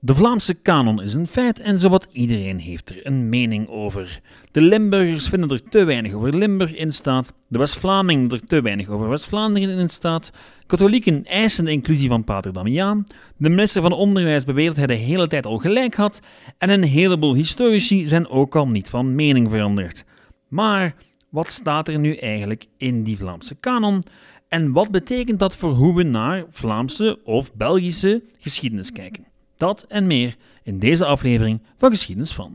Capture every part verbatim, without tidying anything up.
De Vlaamse kanon is een feit en zowat iedereen heeft er een mening over. De Limburgers vinden er te weinig over Limburg in staat, de West-Vlamingen er te weinig over West-Vlaanderen in staat, katholieken eisen de inclusie van Pater Damiaan, de minister van Onderwijs beweert dat hij de hele tijd al gelijk had en een heleboel historici zijn ook al niet van mening veranderd. Maar wat staat er nu eigenlijk in die Vlaamse kanon en wat betekent dat voor hoe we naar Vlaamse of Belgische geschiedenis kijken? Dat en meer in deze aflevering van Geschiedenis van.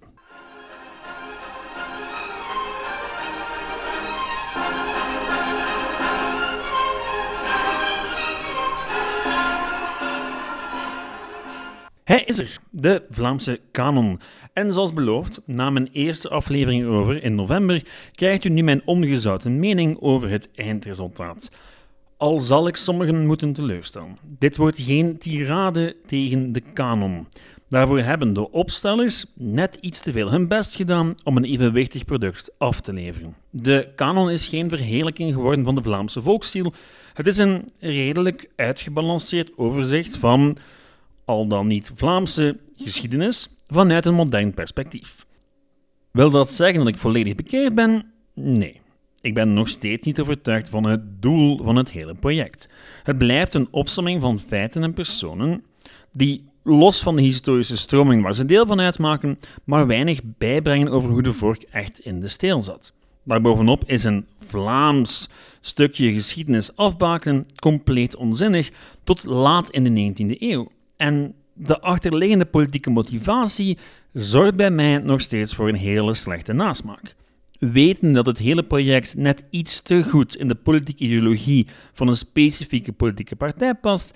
Hij is er, de Vlaamse kanon. En zoals beloofd, na mijn eerste aflevering over in november, krijgt u nu mijn ongezouten mening over het eindresultaat. Al zal ik sommigen moeten teleurstellen. Dit wordt geen tirade tegen de kanon. Daarvoor hebben de opstellers net iets te veel hun best gedaan om een evenwichtig product af te leveren. De kanon is geen verheerlijking geworden van de Vlaamse volksziel. Het is een redelijk uitgebalanceerd overzicht van, al dan niet Vlaamse, geschiedenis vanuit een modern perspectief. Wil dat zeggen dat ik volledig bekeerd ben? Nee. Ik ben nog steeds niet overtuigd van het doel van het hele project. Het blijft een opsomming van feiten en personen die, los van de historische stroming waar ze deel van uitmaken, maar weinig bijbrengen over hoe de vork echt in de steel zat. Daarbovenop is een Vlaams stukje geschiedenis afbakenen compleet onzinnig tot laat in de negentiende eeuw. En de achterliggende politieke motivatie zorgt bij mij nog steeds voor een hele slechte nasmaak. Weten dat het hele project net iets te goed in de politieke ideologie van een specifieke politieke partij past,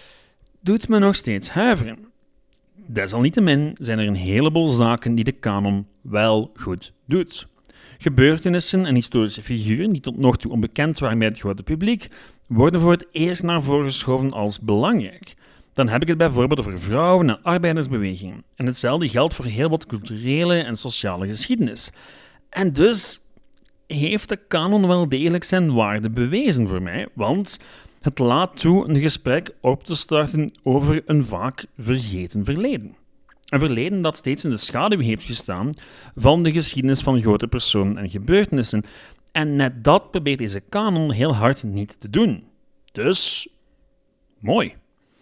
doet me nog steeds huiveren. Desalniettemin zijn er een heleboel zaken die de kanon wel goed doet. Gebeurtenissen en historische figuren die tot nog toe onbekend waren bij het grote publiek, worden voor het eerst naar voren geschoven als belangrijk. Dan heb ik het bijvoorbeeld over vrouwen- en arbeidersbewegingen. En hetzelfde geldt voor heel wat culturele en sociale geschiedenis. En dus heeft de kanon wel degelijk zijn waarde bewezen voor mij, want het laat toe een gesprek op te starten over een vaak vergeten verleden. Een verleden dat steeds in de schaduw heeft gestaan van de geschiedenis van grote personen en gebeurtenissen. En net dat probeert deze kanon heel hard niet te doen. Dus, mooi.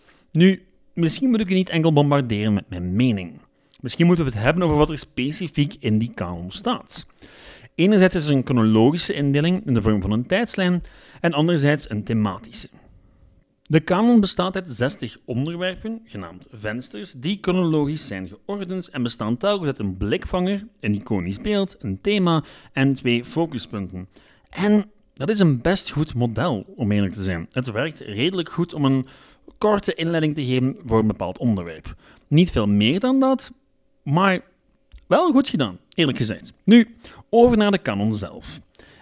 Nu, misschien moet ik u niet enkel bombarderen met mijn mening. Misschien moeten we het hebben over wat er specifiek in die kanon staat. Enerzijds is er een chronologische indeling in de vorm van een tijdslijn en anderzijds een thematische. De kanon bestaat uit zestig onderwerpen, genaamd vensters, die chronologisch zijn geordend en bestaan telkens uit een blikvanger, een iconisch beeld, een thema en twee focuspunten. En dat is een best goed model, om eerlijk te zijn. Het werkt redelijk goed om een korte inleiding te geven voor een bepaald onderwerp. Niet veel meer dan dat, maar wel goed gedaan, eerlijk gezegd. Nu, over naar de kanon zelf.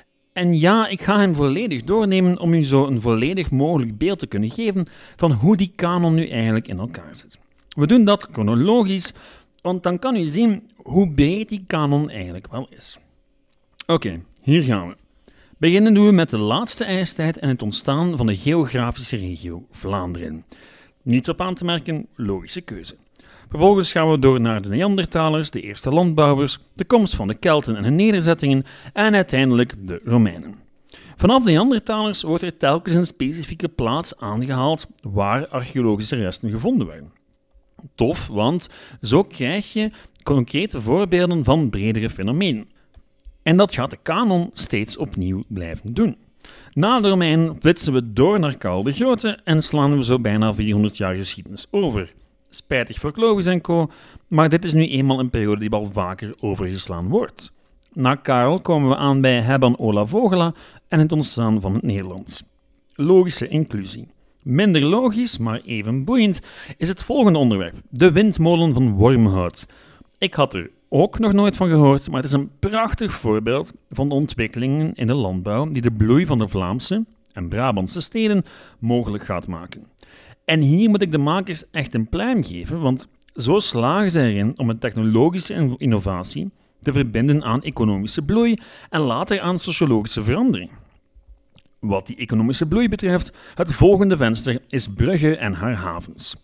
En ja, ik ga hem volledig doornemen om u zo een volledig mogelijk beeld te kunnen geven van hoe die kanon nu eigenlijk in elkaar zit. We doen dat chronologisch, want dan kan u zien hoe breed die kanon eigenlijk wel is. Oké, okay, hier gaan we. Beginnen doen we met de laatste ijstijd en het ontstaan van de geografische regio Vlaanderen. Niets op aan te merken, logische keuze. Vervolgens gaan we door naar de Neandertalers, de eerste landbouwers, de komst van de Kelten en hun nederzettingen en uiteindelijk de Romeinen. Vanaf de Neandertalers wordt er telkens een specifieke plaats aangehaald waar archeologische resten gevonden werden. Tof, want zo krijg je concrete voorbeelden van bredere fenomenen. En dat gaat de kanon steeds opnieuw blijven doen. Na de Romeinen flitsen we door naar Karel de Grote en slaan we zo bijna vierhonderd jaar geschiedenis over. Spijtig voor Clovis en co, maar dit is nu eenmaal een periode die wel vaker overgeslaan wordt. Na Karel komen we aan bij Hebban Ola Vogela en het ontstaan van het Nederlands. Logische inclusie. Minder logisch, maar even boeiend, is het volgende onderwerp, de windmolen van Wormhout. Ik had er ook nog nooit van gehoord, maar het is een prachtig voorbeeld van de ontwikkelingen in de landbouw die de bloei van de Vlaamse en Brabantse steden mogelijk gaat maken. En hier moet ik de makers echt een pluim geven, want zo slagen zij erin om een technologische innovatie te verbinden aan economische bloei en later aan sociologische verandering. Wat die economische bloei betreft, het volgende venster is Brugge en haar havens.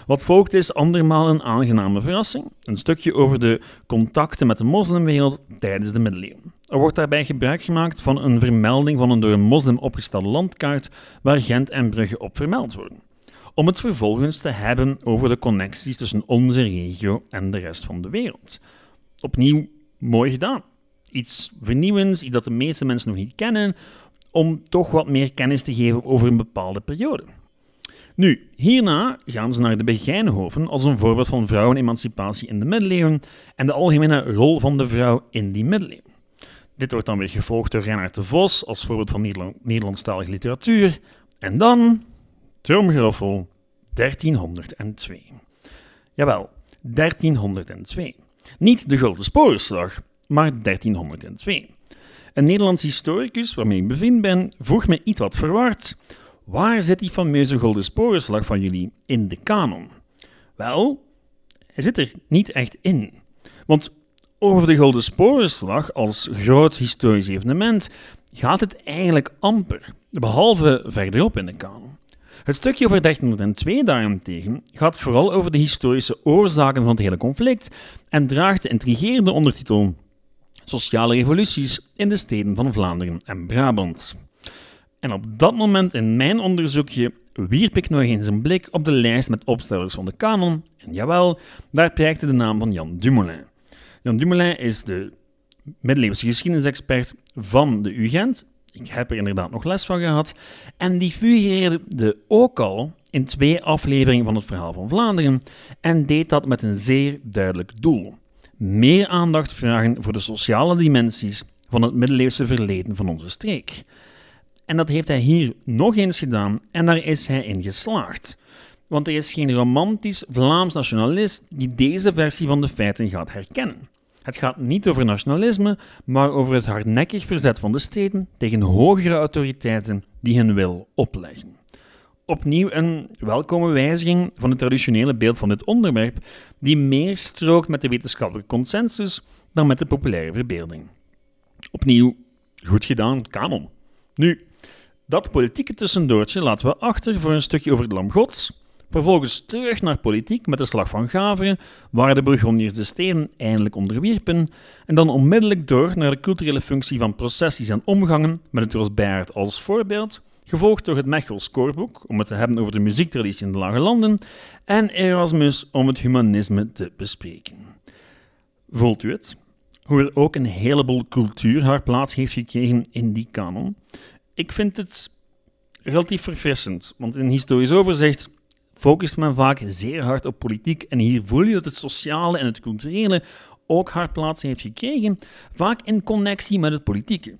Wat volgt is andermaal een aangename verrassing. Een stukje over de contacten met de moslimwereld tijdens de middeleeuwen. Er wordt daarbij gebruik gemaakt van een vermelding van een door een moslim opgestelde landkaart waar Gent en Brugge op vermeld worden. Om het vervolgens te hebben over de connecties tussen onze regio en de rest van de wereld. Opnieuw, mooi gedaan. Iets vernieuwends, iets dat de meeste mensen nog niet kennen, om toch wat meer kennis te geven over een bepaalde periode. Nu, hierna gaan ze naar de Begijnhoven als een voorbeeld van vrouwenemancipatie in de middeleeuwen en de algemene rol van de vrouw in die middeleeuwen. Dit wordt dan weer gevolgd door Reinhard de Vos als voorbeeld van Nederland, Nederlandstalige literatuur. En dan, tromgeroffel, dertienhonderdtwee. Jawel, dertienhonderdtwee. Niet de Gulden Sporenslag, maar dertienhonderdtwee. Een Nederlands historicus waarmee ik bevriend ben, vroeg me iets wat verward: waar zit die fameuze Gulden Sporenslag van jullie in de kanon? Wel, hij zit er niet echt in. Want over de Gulden Sporenslag als groot historisch evenement gaat het eigenlijk amper, behalve verderop in de kanon. Het stukje over dertienhonderdtwee daarentegen gaat vooral over de historische oorzaken van het hele conflict en draagt de intrigerende ondertitel Sociale revoluties in de steden van Vlaanderen en Brabant. En op dat moment in mijn onderzoekje wierp ik nog eens een blik op de lijst met opstellers van de kanon en jawel, daar prijkte de naam van Jan Dumoulin. Jan Dumoulin is de middeleeuwse geschiedenisexpert van de U Gent. Ik heb er inderdaad nog les van gehad. En die figureerde ook al in twee afleveringen van het Verhaal van Vlaanderen en deed dat met een zeer duidelijk doel. Meer aandacht vragen voor de sociale dimensies van het middeleeuwse verleden van onze streek. En dat heeft hij hier nog eens gedaan en daar is hij in geslaagd. Want er is geen romantisch Vlaams nationalist die deze versie van de feiten gaat herkennen. Het gaat niet over nationalisme, maar over het hardnekkig verzet van de steden tegen hogere autoriteiten die hun wil opleggen. Opnieuw een welkome wijziging van het traditionele beeld van dit onderwerp, die meer strookt met de wetenschappelijke consensus dan met de populaire verbeelding. Opnieuw, goed gedaan, kanon. Nu, dat politieke tussendoortje laten we achter voor een stukje over het Lam Gods. Vervolgens terug naar politiek met de Slag van Gaveren, waar de Burgondiërs de steden eindelijk onderwierpen, en dan onmiddellijk door naar de culturele functie van processies en omgangen met het Roosbeert als voorbeeld, gevolgd door het Mechels koorboek om het te hebben over de muziektraditie in de Lage Landen en Erasmus om het humanisme te bespreken. Voelt u het? Hoe er ook een heleboel cultuur haar plaats heeft gekregen in die kanon? Ik vind het relatief verfrissend, want in historisch overzicht focust men vaak zeer hard op politiek en hier voel je dat het sociale en het culturele ook haar plaats heeft gekregen, vaak in connectie met het politieke.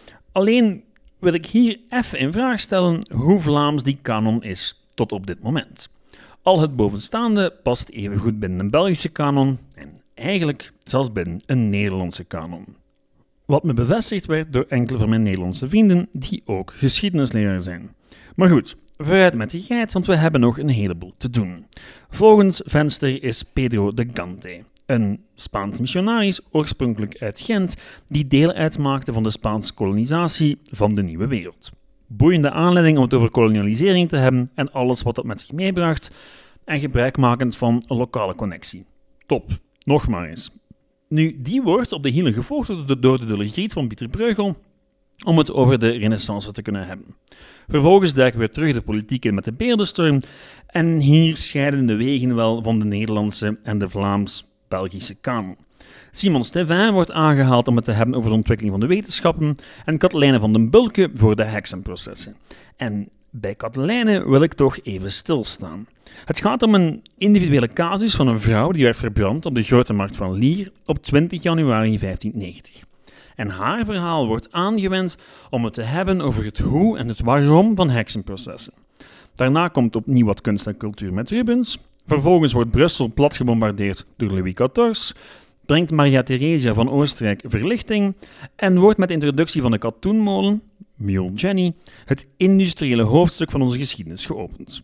Alleen wil ik hier even in vraag stellen hoe Vlaams die kanon is tot op dit moment. Al het bovenstaande past even goed binnen een Belgische kanon en eigenlijk zelfs binnen een Nederlandse kanon. Wat me bevestigd werd door enkele van mijn Nederlandse vrienden die ook geschiedenisleraar zijn. Maar goed, vooruit met die geit, want we hebben nog een heleboel te doen. Volgend venster is Pedro de Gante, een Spaans missionaris oorspronkelijk uit Gent die deel uitmaakte van de Spaanse kolonisatie van de Nieuwe Wereld. Boeiende aanleiding om het over kolonialisering te hebben en alles wat dat met zich meebracht en gebruikmakend van een lokale connectie. Top, nog maar eens. Nu, die wordt op de hielen gevolgd door de Delegriet van Pieter Bruegel om het over de renaissance te kunnen hebben. Vervolgens duiken we terug de politiek in met de Beeldenstorm en hier scheiden de wegen wel van de Nederlandse en de Vlaams-Belgische kanon. Simon Stevin wordt aangehaald om het te hebben over de ontwikkeling van de wetenschappen en Katelijne van den Bulke voor de heksenprocessen. En bij Katelijne wil ik toch even stilstaan. Het gaat om een individuele casus van een vrouw die werd verbrand op de Grote Markt van Lier op twintig januari vijftiennegentig. En haar verhaal wordt aangewend om het te hebben over het hoe en het waarom van heksenprocessen. Daarna komt opnieuw wat kunst en cultuur met Rubens. Vervolgens wordt Brussel plat gebombardeerd door Louis veertien, brengt Maria Theresia van Oostenrijk verlichting en wordt met de introductie van de katoenmolen, Mule Jenny, het industriële hoofdstuk van onze geschiedenis geopend.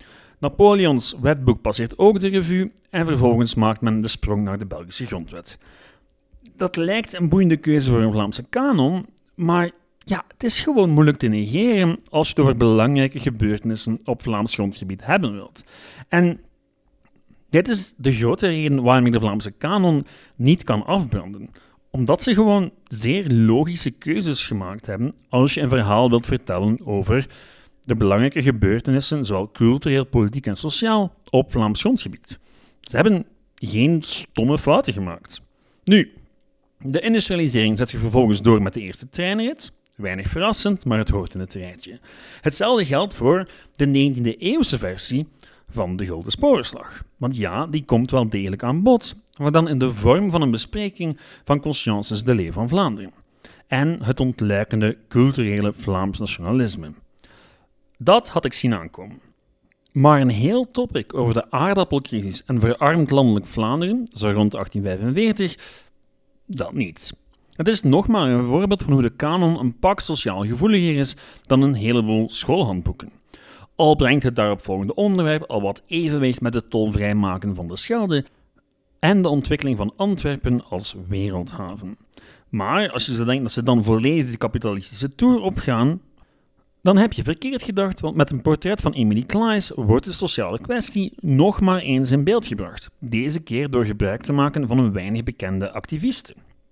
Napoleons wetboek passeert ook de revue en vervolgens maakt men de sprong naar de Belgische grondwet. Dat lijkt een boeiende keuze voor een Vlaamse kanon, maar ja, het is gewoon moeilijk te negeren als je het over belangrijke gebeurtenissen op Vlaams grondgebied hebben wilt. En Dit is de grote reden waarom ik de Vlaamse kanon niet kan afbranden. Omdat ze gewoon zeer logische keuzes gemaakt hebben als je een verhaal wilt vertellen over de belangrijke gebeurtenissen, zowel cultureel, politiek en sociaal, op Vlaams grondgebied. Ze hebben geen stomme fouten gemaakt. Nu, de industrialisering zet zich vervolgens door met de eerste treinrit. Weinig verrassend, maar het hoort in het rijtje. Hetzelfde geldt voor de negentiende-eeuwse versie van de Gulden Sporenslag. Want ja, die komt wel degelijk aan bod, maar dan in de vorm van een bespreking van Consciences de Leeuw van Vlaanderen en het ontluikende culturele Vlaams nationalisme. Dat had ik zien aankomen. Maar een heel topic over de aardappelcrisis en verarmd landelijk Vlaanderen, zo rond achttien vijfenveertig, dat niet. Het is nog maar een voorbeeld van hoe de kanon een pak sociaal gevoeliger is dan een heleboel schoolhandboeken. Al brengt het daaropvolgende onderwerp al wat evenwicht met het tolvrijmaken van de Schelde en de ontwikkeling van Antwerpen als wereldhaven. Maar als je zo denkt dat ze dan volledig de kapitalistische toer opgaan, dan heb je verkeerd gedacht, want met een portret van Emily Klaes wordt de sociale kwestie nog maar eens in beeld gebracht. Deze keer door gebruik te maken van een weinig bekende activiste.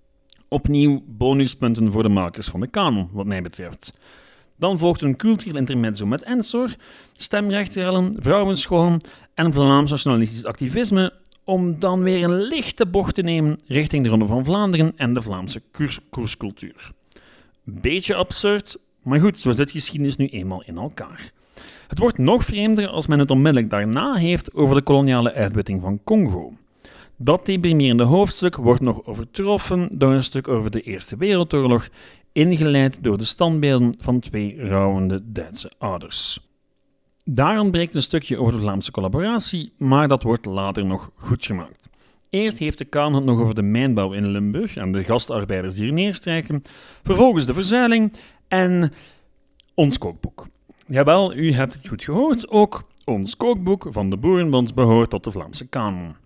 Opnieuw bonuspunten voor de makers van de kanon, wat mij betreft. Dan volgt een cultureel intermezzo met Ensor, stemrechtrellen, vrouwenscholen en Vlaams nationalistisch activisme, om dan weer een lichte bocht te nemen richting de Ronde van Vlaanderen en de Vlaamse koers- koerscultuur. Beetje absurd, maar goed, zo zit geschiedenis nu eenmaal in elkaar. Het wordt nog vreemder als men het onmiddellijk daarna heeft over de koloniale uitbutting van Congo. Dat deprimerende hoofdstuk wordt nog overtroffen door een stuk over de Eerste Wereldoorlog, ingeleid door de standbeelden van twee rouwende Duitse ouders. Daar ontbreekt een stukje over de Vlaamse collaboratie, maar dat wordt later nog goed gemaakt. Eerst heeft de kanon het nog over de mijnbouw in Limburg en de gastarbeiders die er neerstrijken, vervolgens de verzuiling en ons kookboek. Jawel, u hebt het goed gehoord, ook ons kookboek van de Boerenbond behoort tot de Vlaamse kanon.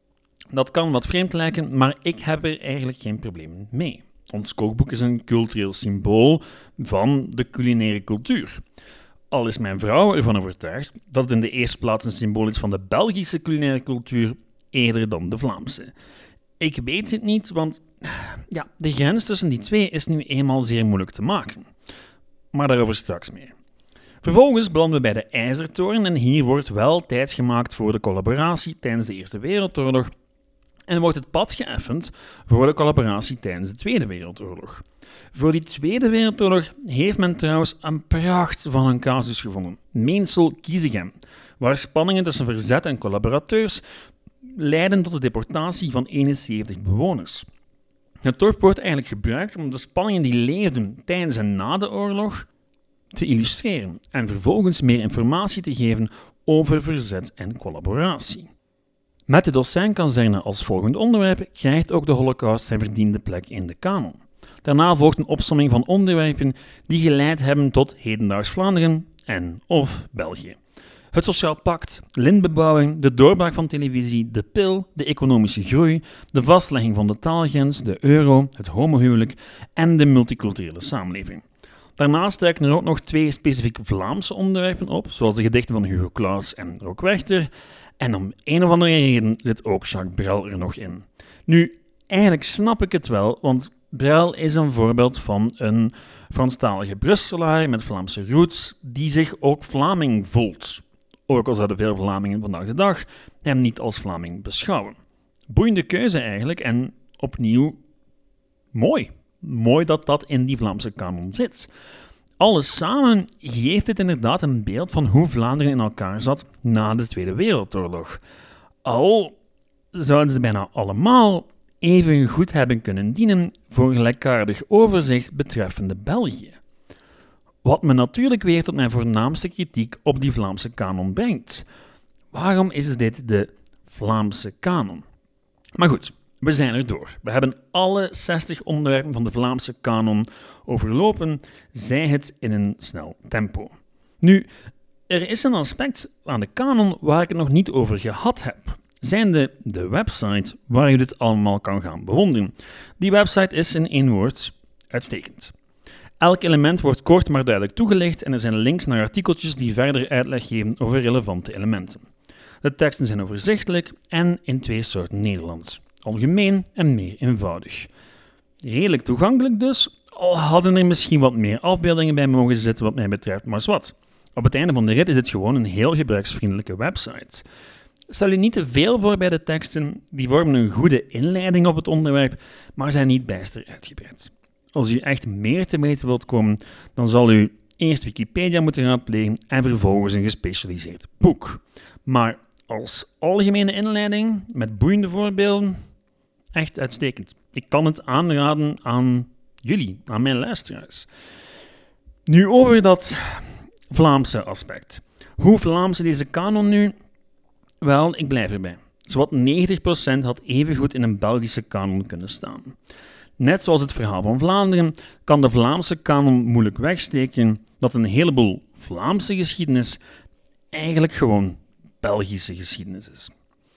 Dat kan wat vreemd lijken, maar ik heb er eigenlijk geen probleem mee. Ons kookboek is een cultureel symbool van de culinaire cultuur. Al is mijn vrouw ervan overtuigd dat het in de eerste plaats een symbool is van de Belgische culinaire cultuur, eerder dan de Vlaamse. Ik weet het niet, want ja, de grens tussen die twee is nu eenmaal zeer moeilijk te maken. Maar daarover straks meer. Vervolgens belanden we bij de IJzertoren en hier wordt wel tijd gemaakt voor de collaboratie tijdens de Eerste Wereldoorlog en wordt het pad geëffend voor de collaboratie tijdens de Tweede Wereldoorlog. Voor die Tweede Wereldoorlog heeft men trouwens een pracht van een casus gevonden, Meensel-Kiezegem, waar spanningen tussen verzet en collaborateurs leiden tot de deportatie van eenenzeventig bewoners. Het dorp wordt eigenlijk gebruikt om de spanningen die leefden tijdens en na de oorlog te illustreren en vervolgens meer informatie te geven over verzet en collaboratie. Met de Dossijnkazerne als volgend onderwerp krijgt ook de Holocaust zijn verdiende plek in de kanon. Daarna volgt een opsomming van onderwerpen die geleid hebben tot hedendaags Vlaanderen en of België. Het Sociaal Pact, lintbebouwing, de doorbraak van televisie, de pil, de economische groei, de vastlegging van de taalgrens, de euro, het homohuwelijk en de multiculturele samenleving. Daarnaast duiken er ook nog twee specifiek Vlaamse onderwerpen op, zoals de gedichten van Hugo Claus en Rook Werchter. En om een of andere reden zit ook Jacques Brel er nog in. Nu, eigenlijk snap ik het wel, want Brel is een voorbeeld van een Franstalige Brusselaar met Vlaamse roots die zich ook Vlaming voelt. Ook al zouden veel Vlamingen vandaag de dag hem niet als Vlaming beschouwen. Boeiende keuze eigenlijk en opnieuw mooi. Mooi dat dat in die Vlaamse kanon zit. Alles samen geeft het inderdaad een beeld van hoe Vlaanderen in elkaar zat na de Tweede Wereldoorlog. Al zouden ze bijna allemaal even goed hebben kunnen dienen voor een gelijkaardig overzicht betreffende België. Wat me natuurlijk weer tot mijn voornaamste kritiek op die Vlaamse kanon brengt. Waarom is dit de Vlaamse kanon? Maar goed, we zijn er door. We hebben alle zestig onderwerpen van de Vlaamse kanon overlopen, zij het in een snel tempo. Nu, er is een aspect aan de kanon waar ik het nog niet over gehad heb. Zijnde de website waar je dit allemaal kan gaan bewonderen. Die website is in één woord uitstekend. Elk element wordt kort maar duidelijk toegelicht en er zijn links naar artikeltjes die verder uitleg geven over relevante elementen. De teksten zijn overzichtelijk en in twee soorten Nederlands. Algemeen en meer eenvoudig. Redelijk toegankelijk dus, al hadden er misschien wat meer afbeeldingen bij mogen zitten wat mij betreft, maar zwart. Op het einde van de rit is het gewoon een heel gebruiksvriendelijke website. Stel je niet te veel voor bij de teksten, die vormen een goede inleiding op het onderwerp, maar zijn niet bijster uitgebreid. Als u echt meer te weten wilt komen, dan zal u eerst Wikipedia moeten raadplegen en vervolgens een gespecialiseerd boek. Maar als algemene inleiding, met boeiende voorbeelden, echt uitstekend. Ik kan het aanraden aan jullie, aan mijn luisteraars. Nu over dat Vlaamse aspect. Hoe Vlaams is deze kanon nu? Wel, ik blijf erbij. Zowat negentig procent had evengoed in een Belgische kanon kunnen staan. Net zoals het verhaal van Vlaanderen kan de Vlaamse kanon moeilijk wegsteken dat een heleboel Vlaamse geschiedenis eigenlijk gewoon Belgische geschiedenis is.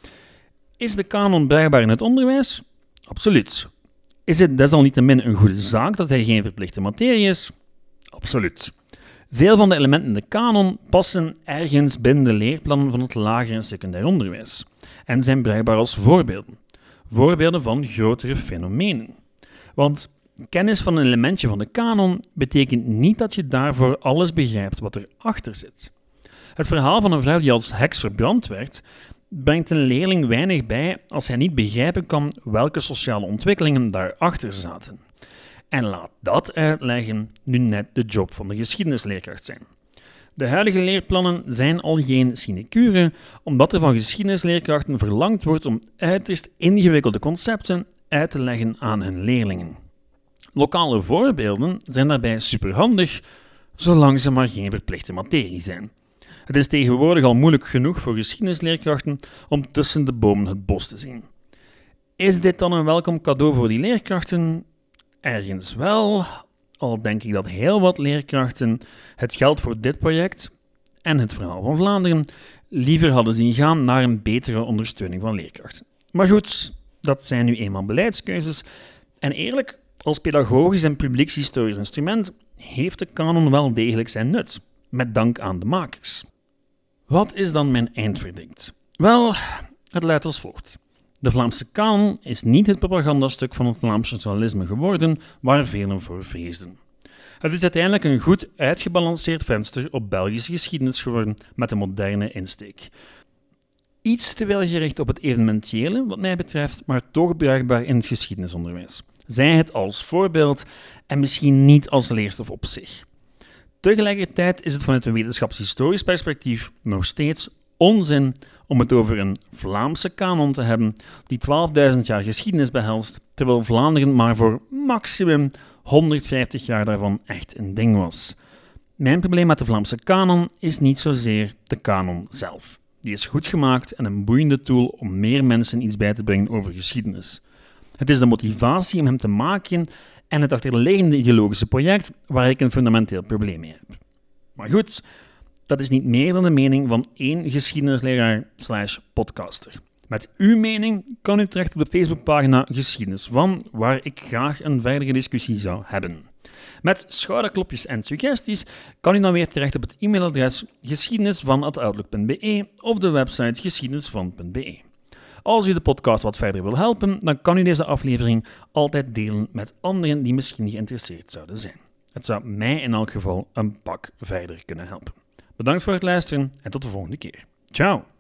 Is de kanon bruikbaar in het onderwijs? Absoluut. Is het desalniettemin een goede zaak dat hij geen verplichte materie is? Absoluut. Veel van de elementen in de kanon passen ergens binnen de leerplannen van het lager en secundair onderwijs en zijn bruikbaar als voorbeelden. Voorbeelden van grotere fenomenen. Want kennis van een elementje van de kanon betekent niet dat je daarvoor alles begrijpt wat erachter zit. Het verhaal van een vrouw die als heks verbrand werd, brengt een leerling weinig bij als hij niet begrijpen kan welke sociale ontwikkelingen daarachter zaten. En laat dat uitleggen nu net de job van de geschiedenisleerkracht zijn. De huidige leerplannen zijn al geen sinecure, omdat er van geschiedenisleerkrachten verlangd wordt om uiterst ingewikkelde concepten uit te leggen aan hun leerlingen. Lokale voorbeelden zijn daarbij superhandig, zolang ze maar geen verplichte materie zijn. Het is tegenwoordig al moeilijk genoeg voor geschiedenisleerkrachten om tussen de bomen het bos te zien. Is dit dan een welkom cadeau voor die leerkrachten? Ergens wel, al denk ik dat heel wat leerkrachten het geld voor dit project en het verhaal van Vlaanderen liever hadden zien gaan naar een betere ondersteuning van leerkrachten. Maar goed, dat zijn nu eenmaal beleidskeuzes. En eerlijk, als pedagogisch en publiekshistorisch instrument heeft de kanon wel degelijk zijn nut, met dank aan de makers. Wat is dan mijn eindverdict? Wel, het leidt als volgt. De Vlaamse kanon is niet het propagandastuk van het Vlaams nationalisme geworden waar velen voor vreesden. Het is uiteindelijk een goed uitgebalanceerd venster op Belgische geschiedenis geworden met een moderne insteek. Iets te veel gericht op het evenementiële, wat mij betreft, maar toch bruikbaar in het geschiedenisonderwijs. Zij het als voorbeeld en misschien niet als leerstof op zich. Tegelijkertijd is het vanuit een wetenschapshistorisch perspectief nog steeds onzin om het over een Vlaamse kanon te hebben die twaalfduizend jaar geschiedenis behelst, terwijl Vlaanderen maar voor maximum honderdvijftig jaar daarvan echt een ding was. Mijn probleem met de Vlaamse kanon is niet zozeer de kanon zelf. Die is goed gemaakt en een boeiende tool om meer mensen iets bij te brengen over geschiedenis. Het is de motivatie om hem te maken en het achterliggende ideologische project waar ik een fundamenteel probleem mee heb. Maar goed, dat is niet meer dan de mening van één geschiedenisleraar slash podcaster. Met uw mening kan u terecht op de Facebookpagina Geschiedenis van, waar ik graag een verdere discussie zou hebben. Met schouderklopjes en suggesties kan u dan weer terecht op het e-mailadres geschiedenisvan at outlook punt be of de website geschiedenisvan punt be. Als u de podcast wat verder wil helpen, dan kan u deze aflevering altijd delen met anderen die misschien geïnteresseerd zouden zijn. Het zou mij in elk geval een pak verder kunnen helpen. Bedankt voor het luisteren en tot de volgende keer. Ciao!